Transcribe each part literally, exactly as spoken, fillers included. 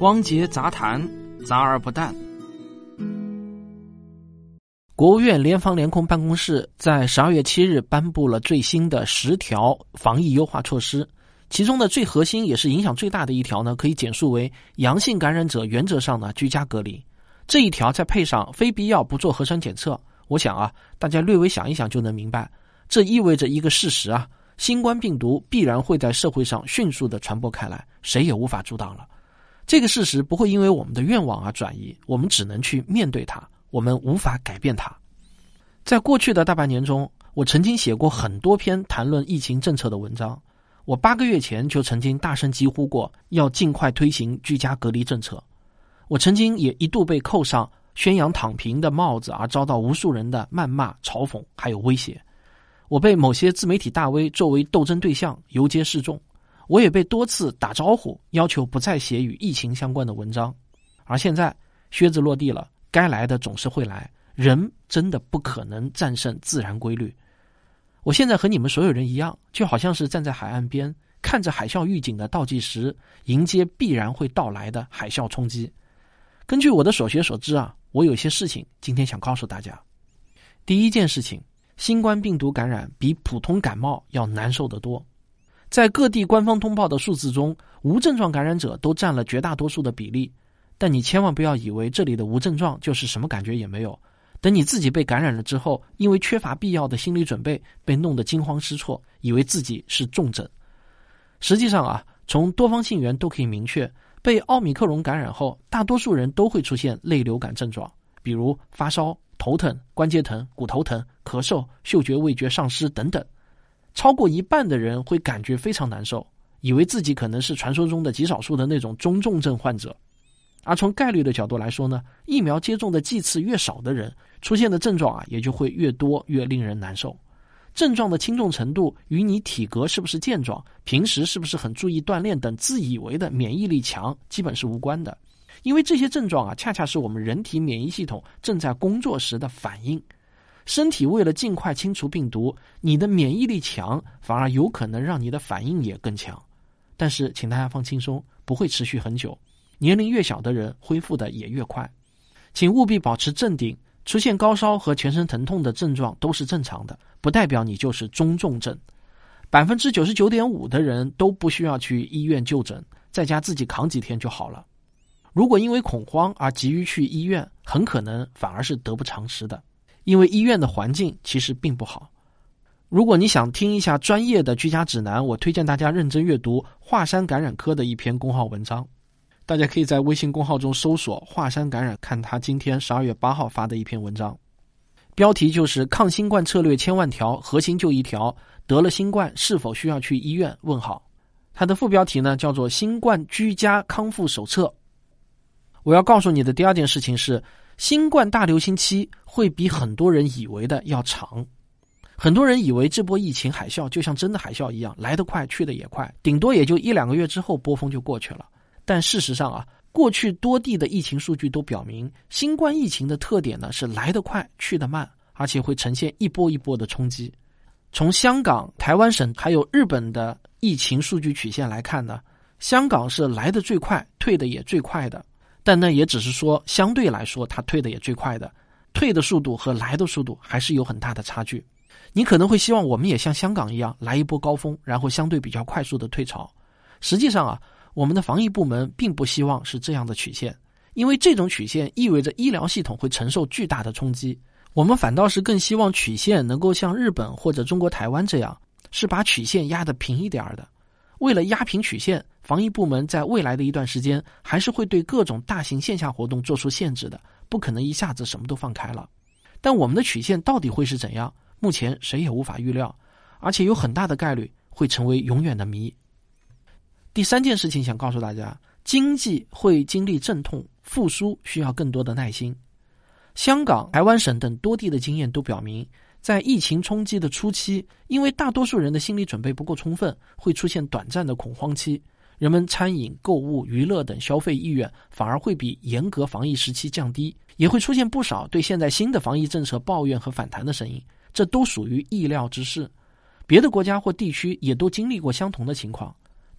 汪杰杂谈，杂而不淡。国务院联防联控办公室在十二月七日颁布了最新的十条防疫优化措施，其中的最核心也是影响最大的一条呢，可以简述为阳性感染者原则上呢居家隔离。这一条再配上非必要不做核酸检测，我想啊，大家略微想一想就能明白，这意味着一个事实啊，新冠病毒必然会在社会上迅速的传播开来，谁也无法阻挡了。这个事实不会因为我们的愿望而转移，我们只能去面对它，我们无法改变它。在过去的大半年中，我曾经写过很多篇谈论疫情政策的文章。我八个月前就曾经大声疾呼过要尽快推行居家隔离政策。我曾经也一度被扣上宣扬躺平的帽子，而遭到无数人的谩骂、嘲讽还有威胁。我被某些自媒体大 V 作为斗争对象游街示众，我也被多次打招呼，要求不再写与疫情相关的文章。而现在靴子落地了，该来的总是会来，人真的不可能战胜自然规律。我现在和你们所有人一样，就好像是站在海岸边，看着海啸预警的倒计时，迎接必然会到来的海啸冲击。根据我的所学所知啊，我有些事情今天想告诉大家。第一件事情，新冠病毒感染比普通感冒要难受得多。在各地官方通报的数字中，无症状感染者都占了绝大多数的比例，但你千万不要以为这里的无症状就是什么感觉也没有。等你自己被感染了之后，因为缺乏必要的心理准备，被弄得惊慌失措，以为自己是重症。实际上啊，从多方信源都可以明确，被奥密克戎感染后，大多数人都会出现类流感症状，比如发烧、头疼、关节疼、骨头疼、咳嗽、嗅觉味觉丧失等等。超过一半的人会感觉非常难受，以为自己可能是传说中的极少数的那种中重症患者。而从概率的角度来说呢，疫苗接种的剂次越少的人，出现的症状啊也就会越多，越令人难受。症状的轻重程度与你体格是不是健壮，平时是不是很注意锻炼等自以为的免疫力强基本是无关的。因为这些症状啊，恰恰是我们人体免疫系统正在工作时的反应。身体为了尽快清除病毒，你的免疫力强，反而有可能让你的反应也更强。但是请大家放轻松，不会持续很久。年龄越小的人恢复的也越快。请务必保持镇定，出现高烧和全身疼痛的症状都是正常的，不代表你就是中重症。 百分之九十九点五 的人都不需要去医院就诊，在家自己扛几天就好了。如果因为恐慌而急于去医院，很可能反而是得不偿失的，因为医院的环境其实并不好。如果你想听一下专业的居家指南，我推荐大家认真阅读华山感染科的一篇公号文章。大家可以在微信公号中搜索华山感染，看他今天十二月八号发的一篇文章，标题就是抗新冠策略千万条，核心就一条，得了新冠是否需要去医院？问号。它的副标题呢叫做新冠居家康复手册。我要告诉你的第二件事情是，新冠大流行期会比很多人以为的要长。很多人以为这波疫情海啸就像真的海啸一样，来得快去得也快，顶多也就一两个月之后波峰就过去了。但事实上啊，过去多地的疫情数据都表明，新冠疫情的特点呢是来得快去得慢，而且会呈现一波一波的冲击。从香港、台湾省还有日本的疫情数据曲线来看呢，香港是来得最快，退得也最快的。但那也只是说相对来说它退得也最快的，退的速度和来的速度还是有很大的差距。你可能会希望我们也像香港一样来一波高峰，然后相对比较快速的退潮。实际上啊，我们的防疫部门并不希望是这样的曲线，因为这种曲线意味着医疗系统会承受巨大的冲击。我们反倒是更希望曲线能够像日本或者中国台湾这样，是把曲线压得平一点的。为了压平曲线，防疫部门在未来的一段时间还是会对各种大型线下活动做出限制的，不可能一下子什么都放开了。但我们的曲线到底会是怎样，目前谁也无法预料，而且有很大的概率会成为永远的谜。第三件事情想告诉大家，经济会经历阵痛，复苏需要更多的耐心。香港、台湾省等多地的经验都表明，在疫情冲击的初期，因为大多数人的心理准备不够充分，会出现短暂的恐慌期，人们餐饮、购物、娱乐等消费意愿反而会比严格防疫时期降低，也会出现不少对现在新的防疫政策抱怨和反弹的声音，这都属于意料之事。别的国家或地区也都经历过相同的情况。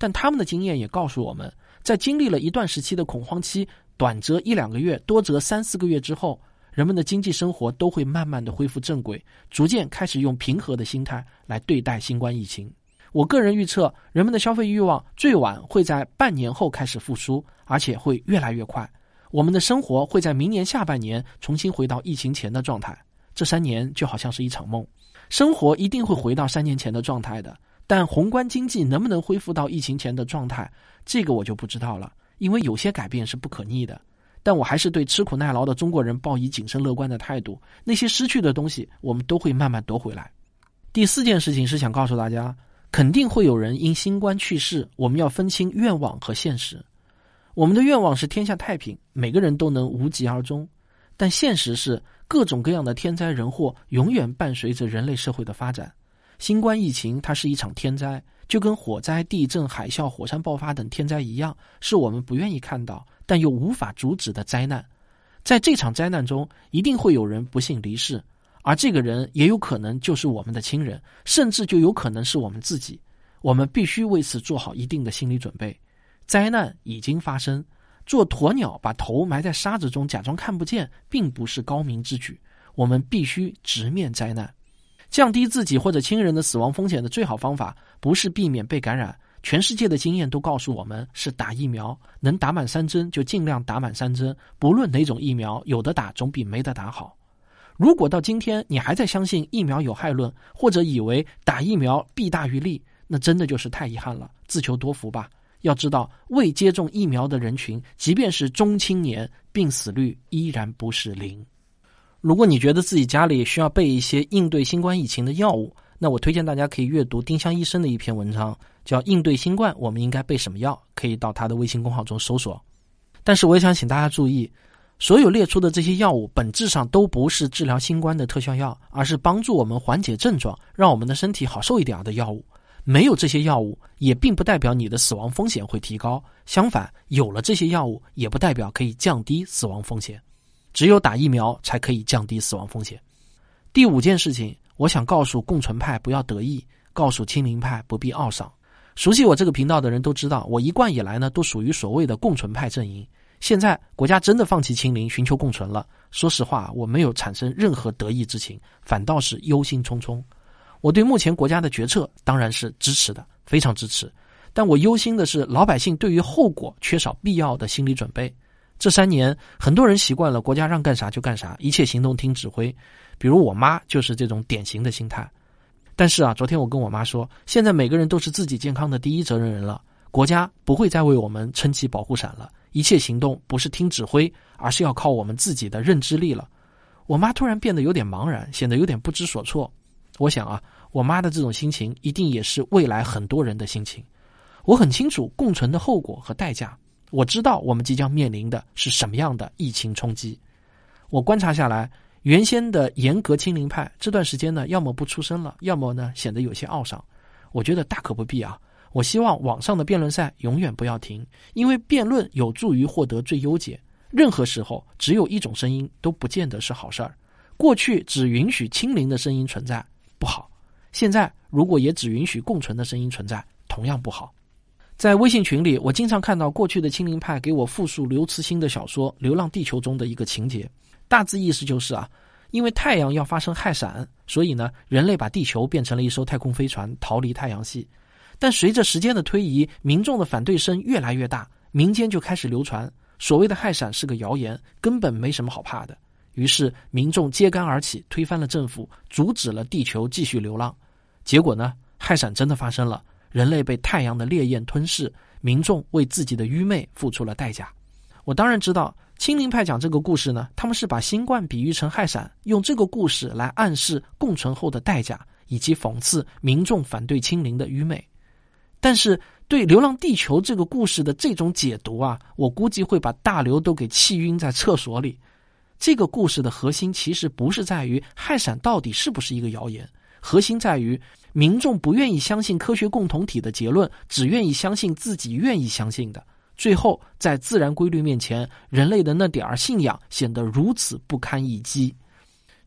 但他们的经验也告诉我们，在经历了一段时期的恐慌期，短则一两个月，多则三四个月之后，人们的经济生活都会慢慢的恢复正轨，逐渐开始用平和的心态来对待新冠疫情。我个人预测，人们的消费欲望最晚会在半年后开始复苏，而且会越来越快。我们的生活会在明年下半年重新回到疫情前的状态。这三年就好像是一场梦，生活一定会回到三年前的状态的，但宏观经济能不能恢复到疫情前的状态，这个我就不知道了，因为有些改变是不可逆的。但我还是对吃苦耐劳的中国人抱以谨慎乐观的态度，那些失去的东西我们都会慢慢夺回来。第四件事情是想告诉大家，肯定会有人因新冠去世，我们要分清愿望和现实。我们的愿望是天下太平，每个人都能无疾而终，但现实是各种各样的天灾人祸永远伴随着人类社会的发展。新冠疫情它是一场天灾，就跟火灾、地震、海啸、火山爆发等天灾一样，是我们不愿意看到但又无法阻止的灾难。在这场灾难中，一定会有人不幸离世，而这个人也有可能就是我们的亲人，甚至就有可能是我们自己。我们必须为此做好一定的心理准备。灾难已经发生，做鸵鸟把头埋在沙子中假装看不见，并不是高明之举。我们必须直面灾难。降低自己或者亲人的死亡风险的最好方法，不是避免被感染。全世界的经验都告诉我们，是打疫苗，能打满三针就尽量打满三针，不论哪种疫苗，有的打总比没得打好。如果到今天你还在相信疫苗有害论，或者以为打疫苗弊大于利，那真的就是太遗憾了，自求多福吧。要知道，未接种疫苗的人群，即便是中青年，病死率依然不是零。如果你觉得自己家里需要备一些应对新冠疫情的药物，那我推荐大家可以阅读丁香医生的一篇文章，叫《应对新冠我们应该备什么药》，可以到他的微信公号中搜索。但是我也想请大家注意，所有列出的这些药物本质上都不是治疗新冠的特效药，而是帮助我们缓解症状，让我们的身体好受一点的药物。没有这些药物，也并不代表你的死亡风险会提高，相反，有了这些药物，也不代表可以降低死亡风险。只有打疫苗才可以降低死亡风险。第五件事情，我想告诉共存派不要得意，告诉清零派不必懊丧。熟悉我这个频道的人都知道，我一贯以来呢都属于所谓的共存派阵营。现在国家真的放弃清零，寻求共存了，说实话，我没有产生任何得意之情，反倒是忧心忡忡。我对目前国家的决策当然是支持的，非常支持，但我忧心的是老百姓对于后果缺少必要的心理准备。这三年，很多人习惯了国家让干啥就干啥，一切行动听指挥。比如我妈就是这种典型的心态。但是啊，昨天我跟我妈说，现在每个人都是自己健康的第一责任人了，国家不会再为我们撑起保护伞了，一切行动不是听指挥，而是要靠我们自己的认知力了。我妈突然变得有点茫然，显得有点不知所措。我想啊，我妈的这种心情一定也是未来很多人的心情。我很清楚共存的后果和代价，我知道我们即将面临的是什么样的疫情冲击。我观察下来，原先的严格清零派这段时间呢，要么不出声了，要么呢显得有些懊丧。我觉得大可不必啊。我希望网上的辩论赛永远不要停，因为辩论有助于获得最优解。任何时候只有一种声音都不见得是好事儿。过去只允许清零的声音存在，不好。现在如果也只允许共存的声音存在，同样不好。在微信群里，我经常看到过去的清零派给我复述刘慈欣的小说《流浪地球》中的一个情节，大致意思就是啊，因为太阳要发生氦闪，所以呢，人类把地球变成了一艘太空飞船，逃离太阳系。但随着时间的推移，民众的反对声越来越大，民间就开始流传，所谓的氦闪是个谣言，根本没什么好怕的。于是民众揭竿而起，推翻了政府，阻止了地球继续流浪。结果呢，氦闪真的发生了，人类被太阳的烈焰吞噬，民众为自己的愚昧付出了代价。我当然知道，清零派讲这个故事呢，他们是把新冠比喻成氦闪，用这个故事来暗示共存后的代价，以及讽刺民众反对清零的愚昧。但是对《流浪地球》这个故事的这种解读啊，我估计会把大刘都给气晕在厕所里。这个故事的核心其实不是在于氦闪到底是不是一个谣言，核心在于民众不愿意相信科学共同体的结论，只愿意相信自己愿意相信的。最后在自然规律面前，人类的那点儿信仰显得如此不堪一击。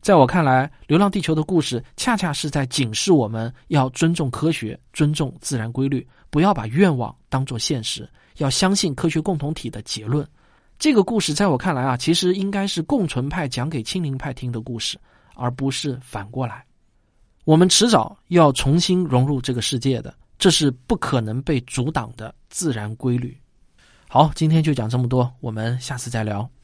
在我看来，《流浪地球》的故事恰恰是在警示我们要尊重科学，尊重自然规律，不要把愿望当作现实，要相信科学共同体的结论。这个故事在我看来啊，其实应该是共存派讲给亲临派听的故事，而不是反过来。我们迟早要重新融入这个世界的，这是不可能被阻挡的自然规律。好，今天就讲这么多，我们下次再聊。